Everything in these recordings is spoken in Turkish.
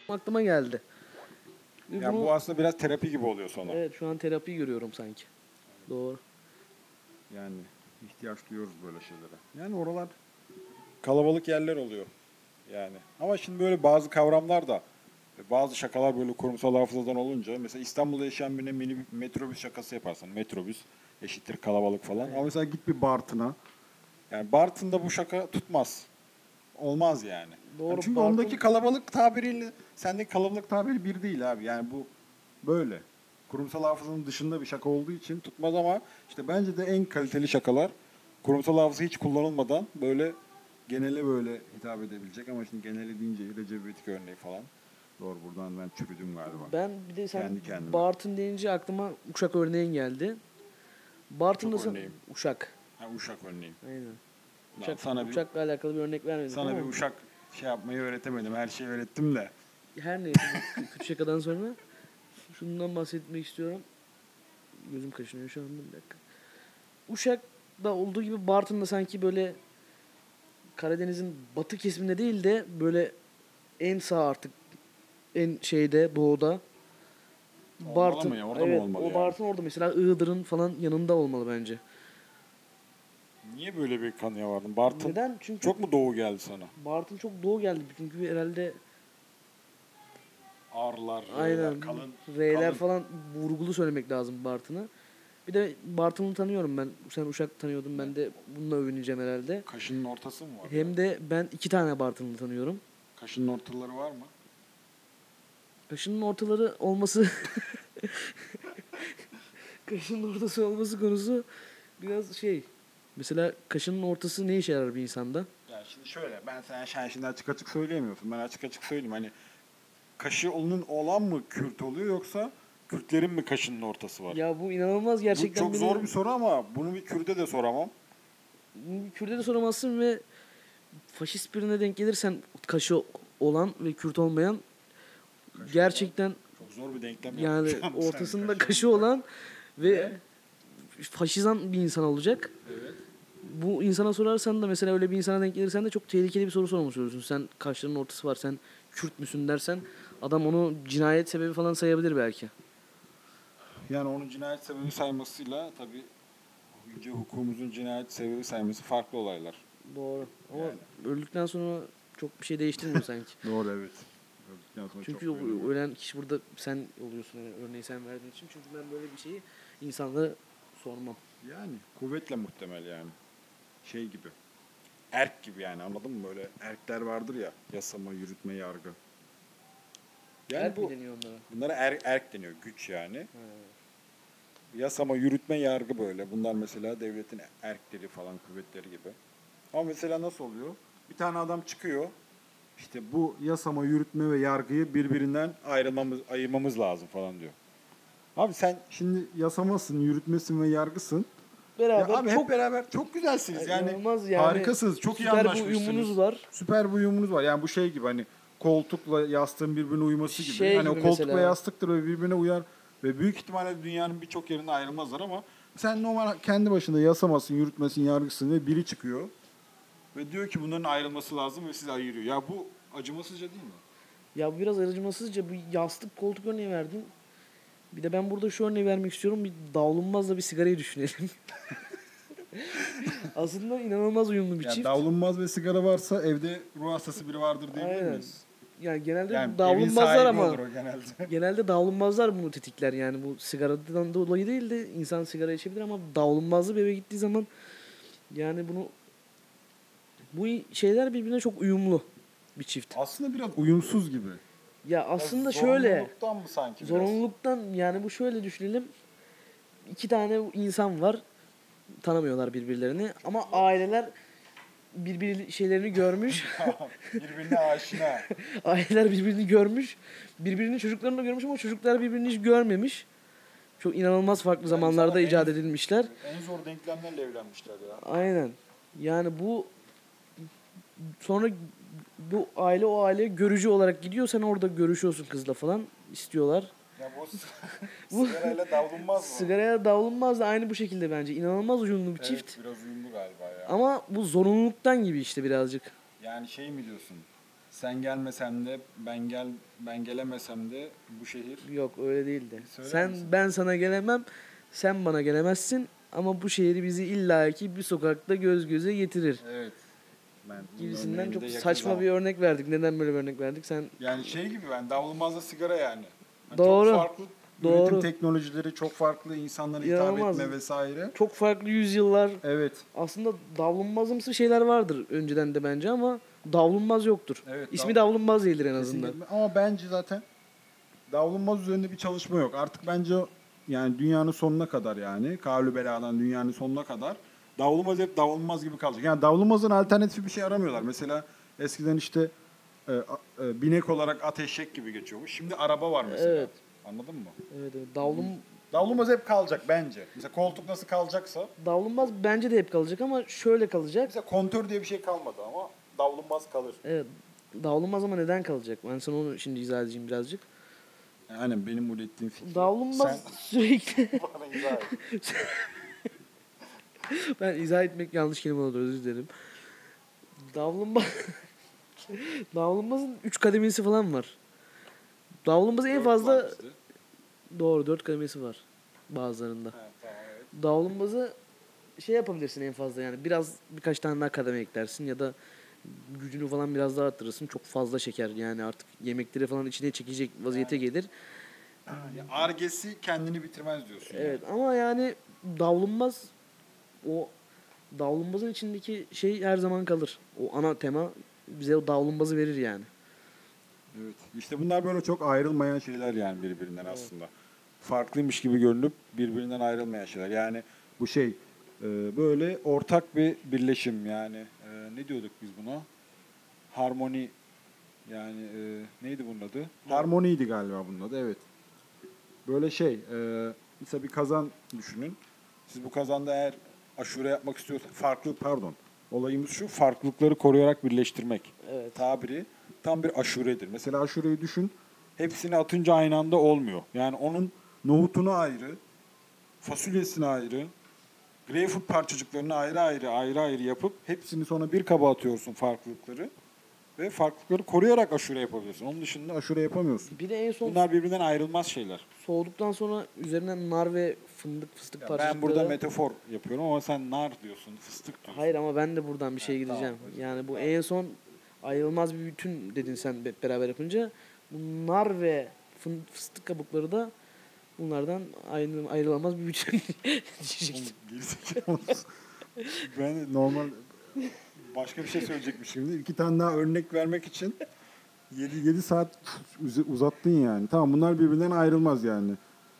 aklıma geldi. Yani bu aslında biraz terapi gibi oluyor sonra. Evet, şu an terapi görüyorum sanki. Doğru. Yani ihtiyaç duyuyoruz böyle şeylere. Yani oralar kalabalık yerler oluyor. Yani ama şimdi böyle bazı kavramlar da bazı şakalar böyle kurumsal hafızadan olunca mesela İstanbul'da yaşayan birine mini bir metrobüs şakası yaparsan metrobüs eşittir kalabalık falan. Evet. Ama mesela git bir Bartın'a. Yani Bartın'da bu şaka tutmaz. Olmaz yani. Doğru, Yani çünkü Bartın- ondaki kalabalık tabiriyle sendeki kalabalık tabiri bir değil abi. Yani bu böyle. Kurumsal hafızanın dışında bir şaka olduğu için tutmaz ama işte bence de en kaliteli şakalar kurumsal hafıza hiç kullanılmadan böyle genele böyle hitap edebilecek ama şimdi genele deyince Recep İvedik örneği falan. Doğru, buradan ben çürüdüm galiba. Ben bir de sen Kendi kendime. Bartın deyince aklıma Uşak örneğin geldi. Bartın'da Uşak örneğim. Uşak. Ha, Uşak örneğim. Aynen. Lan sana Uşak'la alakalı bir örnek vermedim sana ama bir Uşak şey yapmayı öğretemedim. Her şeyi öğrettim de. her neyse kötü şakadan sonra şundan bahsetmek istiyorum. Gözüm kaşınıyor şu anda, bir dakika. Uşak'ta olduğu gibi Bartın'da sanki böyle Karadeniz'in batı kesiminde değil de böyle en sağ artık en şeyde doğuda. Olmalı Bartın. mı ya? Orada mı Evet, olmalı o yani? Bartın orada mesela Iğdır'ın falan yanında olmalı bence. Niye böyle bir kanıya vardın? Bartın Neden? Çünkü çok mu doğu geldi sana? Bartın çok doğu geldi. Çünkü herhalde Ağrılar, aynen kalın. R'ler kalın. falan vurgulu söylemek lazım Bartın'ı. Bir de Bartın'ı tanıyorum ben. Sen Uşak tanıyordun. Ben de bununla övüneceğim herhalde. Kaşının ortası mı var? Hem de ben 2 tane Bartın'ı tanıyorum. Kaşının ortaları var mı? Kaşının ortaları olması kaşının ortası olması konusu biraz şey. Mesela kaşının ortası ne işe yarar bir insanda? Ya şimdi şöyle, ben sen şimdi açık açık söyleyemiyorsun. Ben açık açık söyleyeyim. Hani kaşı olan mı Kürt oluyor yoksa Kürtlerin mi kaşının ortası var? Ya bu inanılmaz gerçekten. Bu çok zor bir soru ama bunu bir Kürt'e de soramam. Kürt'e de soramazsın ve faşist birine denk gelirsen kaşı olan ve Kürt olmayan gerçekten Çok zor bir denklem yani yapmış. ortasında kaşı olan ve faşizan bir insan olacak. Evet. Bu insana sorarsan da mesela öyle bir insana denk gelirsen de çok tehlikeli bir soru sormuş oluyorsun. Sen kaşlarının ortası var, sen Kürt müsün dersen adam onu cinayet sebebi falan sayabilir belki. Yani onun cinayet sebebi saymasıyla tabii yüce hukukumuzun cinayet sebebi sayması farklı olaylar. Doğru. Ama Yani. öldükten sonra çok bir şey değiştirmiyor sanki. Doğru, evet. Öldükten sonra Çünkü çok böyle ölen kişi burada sen oluyorsun. Yani örneği sen verdiğin için. Çünkü ben böyle bir şeyi insanlara sormam. yani kuvvetle muhtemel yani. Şey gibi. Erk gibi yani, anladın mı? Böyle erkler vardır ya. Yasama, yürütme, yargı. Yani Erk mi deniyor onlara? bunlara erk deniyor. Güç yani. Ha. Yasama, yürütme, yargı böyle. Bunlar mesela devletin erkleri falan, kuvvetleri gibi. Ama mesela nasıl oluyor? Bir tane adam çıkıyor. İşte bu yasama, yürütme ve yargıyı birbirinden ayırmamız lazım falan diyor. Abi sen şimdi yasamasın, yürütmesin ve yargısın. Beraber Ya abi çok hep beraber çok güzelsiniz yani. inanılmaz yani. Harikasınız. Çok iyi Süper bir anlaşmışsınız. uyumunuz var. Süper bir uyumunuz var. Yani bu şey gibi, hani koltukla yastığın birbirine uyması gibi. Şey Hani o gibi koltuk mesela. ve yastıktır ve birbirine uyar ve büyük ihtimalle dünyanın birçok yerinde ayrılmazlar ama sen normal kendi başında yasamasın, yürütmesin, yargısın ve biri çıkıyor ve diyor ki bunların ayrılması lazım ve sizi ayırıyor. Ya bu acımasızca değil mi? Ya bu biraz acımasızca, bu yastık koltuk örneği verdin. Bir de ben burada şu örneği vermek istiyorum. Bir davlumbazla bir sigarayı düşünelim. Aslında inanılmaz uyumlu bir Yani çift. davlumbaz ve sigara varsa evde ruh hastası biri vardır diyebilir Aynen. miyiz? Yani genelde Yani evin davlumbazlar sahibi ama olur o genelde. genelde davlumbazlar bunu tetikler. Yani bu sigaradan dolayı değil de insan sigara içebilir ama davlumbazlı bir eve gittiği zaman yani bu şeyler birbirine çok uyumlu bir çift. Aslında biraz uyumsuz gibi. Ya aslında şöyle Zorunluluktan mı sanki biraz? zorunluluktan, yani bu şöyle düşünelim. 2 tane insan var. Tanımıyorlar birbirlerini ama aileler şeylerini görmüş. Birbirine aşina. Aileler birbirini görmüş. Birbirinin çocuklarını da görmüş ama çocuklar birbirini hiç görmemiş. Çok inanılmaz farklı zamanlarda sana icat edilmişler. En zor denklemlerle evlenmişler ya. Aynen. Yani sonra bu aile o aile görücü olarak gidiyor. Sen orada görüşüyorsun kızla falan. İstiyorlar. Ya bu sigarayla davulunmaz mı? Sigaraya davulunmaz da aynı bu şekilde bence. İnanılmaz uyumlu bir çift. Evet, biraz uyumlu galiba ya. Ama bu zorunluluktan gibi işte birazcık. Yani şey mi diyorsun? sen gelmesen de ben gelemesem de bu şehir. Yok öyle değil de. Söyler misin? Ben sana gelemem, sen bana gelemezsin ama bu şehir bizi illaki bir sokakta göz göze getirir. Evet. Ben Gibisinden çok saçma bir örnek verdik. Neden böyle bir örnek verdik? Sen yani şey gibi ben davulmazda sigara yani. Yani Doğru. Çok farklı Doğru. üretim teknolojileri, çok farklı insanlara hitap İnanılmaz. etme vesaire. çok farklı yüzyıllar. Evet. Aslında davlumbazımsı şeyler vardır önceden de bence ama davlumbaz yoktur. Evet, İsmi davlumbaz değildir en azından. Kesinlikle. Ama bence zaten davulmaz üzerinde bir çalışma yok. Artık bence yani dünyanın sonuna kadar yani Kavlu Bela'dan dünyanın sonuna kadar davulmaz hep davulmaz gibi kalacak. Yani davulmazın alternatifi bir şey aramıyorlar. Mesela eskiden işte binek olarak at eşek gibi geçiyormuş. Şimdi araba var mesela. Evet. Anladın mı? Evet, evet. Davulmaz hep kalacak bence. Mesela koltuk nasıl kalacaksa. Davlumbaz bence de hep kalacak ama şöyle kalacak. Mesela kontör diye bir şey kalmadı ama davulmaz kalır. Evet. Davlumbaz ama neden kalacak? Ben sana onu şimdi izah edeceğim birazcık. Yani benim ürettiğim fikir. Davlumbaz sürekli... bana izah et. Ben izah etmek yanlış kelime oldu, özür dilerim. Davlumbaz... Davlumbazın 3 kademesi falan var. Davlumbaz en Dört fazla... var bizde. Doğru, 4 kademesi var bazılarında. Ha, tamam, evet. Davlumbazı şey yapabilirsin en fazla yani birkaç tane daha kademe eklersin ya da gücünü falan biraz daha arttırırsın. Çok fazla şeker yani artık yemekleri falan içine çekecek vaziyete gelir. Ar-Ge'si kendini bitirmez diyorsun. Evet ama yani davlumbaz o davlumbazın içindeki şey her zaman kalır. O ana tema bize o davlumbazı verir yani. Evet. İşte bunlar böyle çok ayrılmayan şeyler yani birbirinden aslında. Farklıymış gibi görünüp birbirinden ayrılmayan şeyler. Yani bu şey böyle ortak bir birleşim yani. Ne diyorduk biz buna? Harmoni yani neydi bunun adı? Harmoniydi galiba bunun adı, evet. Böyle şey mesela bir kazan düşünün. Siz bu kazanda eğer aşure yapmak istiyorsanız olayımız şu, farklılıkları koruyarak birleştirmek. Evet. Tabiri tam bir aşuredir. Mesela aşureyi düşün. Hepsini atınca aynı anda olmuyor. Yani onun nohutunu ayrı, fasulyesini ayrı, greyfurt parçacıklarını ayrı yapıp hepsini sonra bir kaba atıyorsun farklılıkları. Ve farklılıkları koruyarak aşure yapabilirsin. Onun dışında aşure yapamıyorsun. Bir de en son Bunlar birbirinden ayrılmaz şeyler. soğuduktan sonra üzerine nar ve fıstık Ya parçacıkları. ben burada metafor yapıyorum ama sen nar diyorsun, fıstık diyorsun. Hayır ama ben de buradan bir şey gideceğim. tamam. Yani bu en son ayrılmaz bir bütün dedin sen beraber yapınca. Bu nar ve fıstık kabukları da bunlardan ayrılamaz bir bütün diyecektim. Gerizekalı mısın? Ben normal başka bir şey söyleyecekmiş şimdi. 2 tane daha örnek vermek için 7 saat uzattın yani. Tamam, bunlar birbirinden ayrılmaz yani.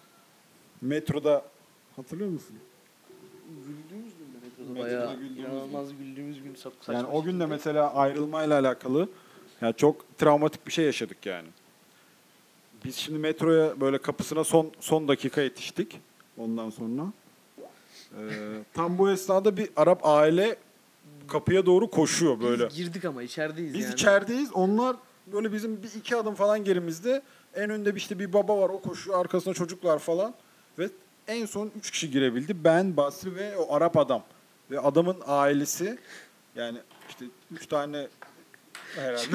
Metroda hatırlıyor musun? Güldüğümüz gün de metroda Metroda bayağı güldüğümüz inanılmaz güldüğümüz gün saçma. Yani o gün de mesela ayrılmayla alakalı yani çok travmatik bir şey yaşadık yani. Biz şimdi metroya böyle kapısına son dakika yetiştik. Ondan sonra tam bu esnada bir Arap aile kapıya doğru koşuyor böyle. Biz girdik ama içerideyiz Biz yani. içerideyiz. Onlar böyle bizim 2 adım falan gerimizde. En önde işte bir baba var, o koşuyor. Arkasında çocuklar falan. Ve en son 3 kişi girebildi. Ben, Basri ve o Arap adam. Ve adamın ailesi yani işte 3 tane herhalde.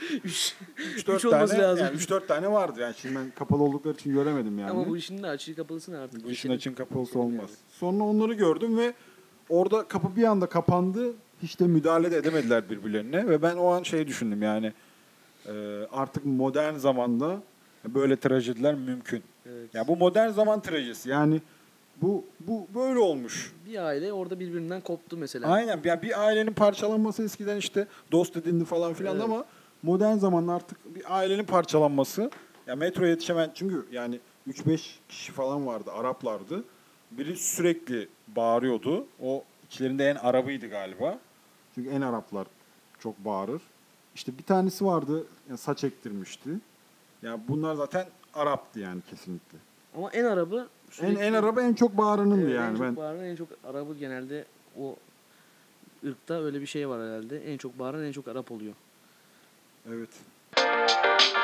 3-4 olması tane lazım. yani 3-4 tane vardı. Yani şimdi ben kapalı oldukları için göremedim yani. Ama bu işin de açığı kapalısın artık. Bu işin açın kapalısı olmaz. Sonra onları gördüm ve orada kapı bir anda kapandı. Hiç de müdahale de edemediler birbirlerine. Ve ben o an şey düşündüm yani artık modern zamanda böyle trajediler mümkün. Evet. Ya bu modern zaman trajedisi. Yani bu böyle olmuş. Bir aile orada birbirinden koptu mesela. Aynen. Yani bir ailenin parçalanması eskiden işte dost edindi falan filan Evet. ama modern zamanda artık bir ailenin parçalanması. Ya metroya yetişemeyen, çünkü yani 3-5 kişi falan vardı, Araplardı. Biri sürekli bağırıyordu. O içlerinde en Arabıydı galiba. Çünkü en Araplar çok bağırır. İşte bir tanesi vardı, yani saç ektirmişti. Yani bunlar zaten Arap'tı yani kesinlikle. Ama en arabı En araba en çok bağıranındı evet, yani. en çok bağıran, en çok Arabı genelde o ırkta öyle bir şey var herhalde. En çok bağıran en çok Arap oluyor. Evet.